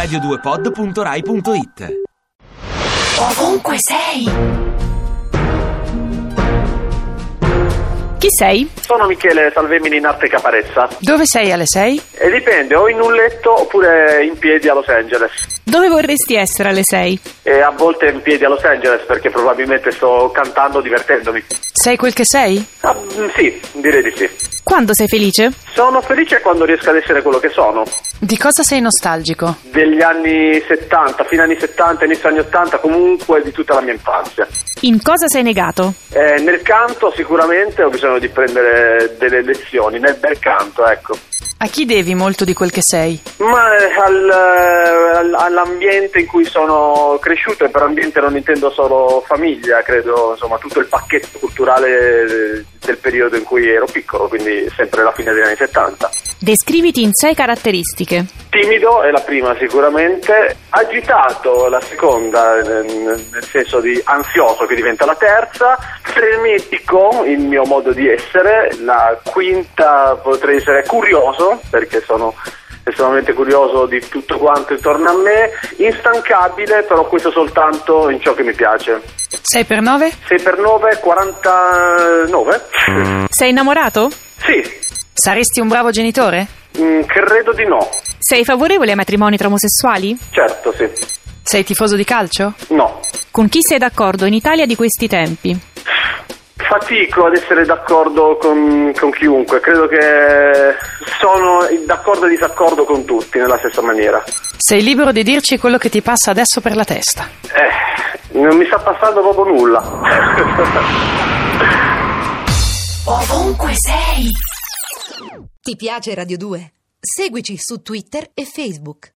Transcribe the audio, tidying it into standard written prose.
radio2pod.rai.it. Ovunque sei. Chi sei? Sono Michele Salvemini in arte Caparezza. Dove sei alle 6? E dipende, o in un letto oppure in piedi a Los Angeles. Dove vorresti essere alle 6? E a volte in piedi a Los Angeles perché probabilmente sto cantando divertendomi. Sei quel che sei? Sì, direi di sì. Quando sei felice? Sono felice quando riesco ad essere quello che sono. Di cosa sei nostalgico? Degli anni 70, fine anni 70, inizio anni 80, comunque di tutta la mia infanzia. In cosa sei negato? Nel canto sicuramente ho bisogno di prendere delle lezioni, nel bel canto, ecco. A chi devi molto di quel che sei? Ma all'ambiente in cui sono cresciuto, e per ambiente non intendo solo famiglia, credo, insomma, tutto il pacchetto culturale del periodo in cui ero piccolo, quindi sempre la fine degli anni 70. Descriviti in 6 caratteristiche. Timido è la prima sicuramente, agitato la seconda, nel senso di ansioso che diventa la terza, frenetico il mio modo di essere, la quinta potrei essere curioso, perché sono estremamente curioso di tutto quanto intorno a me, instancabile, però questo soltanto in ciò che mi piace. 6 per 9? 6 per 9, 49? Sei innamorato? Sì. Saresti un bravo genitore? Credo di no. Sei favorevole ai matrimoni tra omosessuali? Certo, sì. Sei tifoso di calcio? No. Con chi sei d'accordo in Italia di questi tempi? Fatico ad essere d'accordo con chiunque, credo che sono d'accordo e disaccordo con tutti nella stessa maniera. Sei libero di dirci quello che ti passa adesso per la testa? Non mi sta passando proprio nulla. Ovunque sei. Ti piace Radio 2? Seguici su Twitter e Facebook.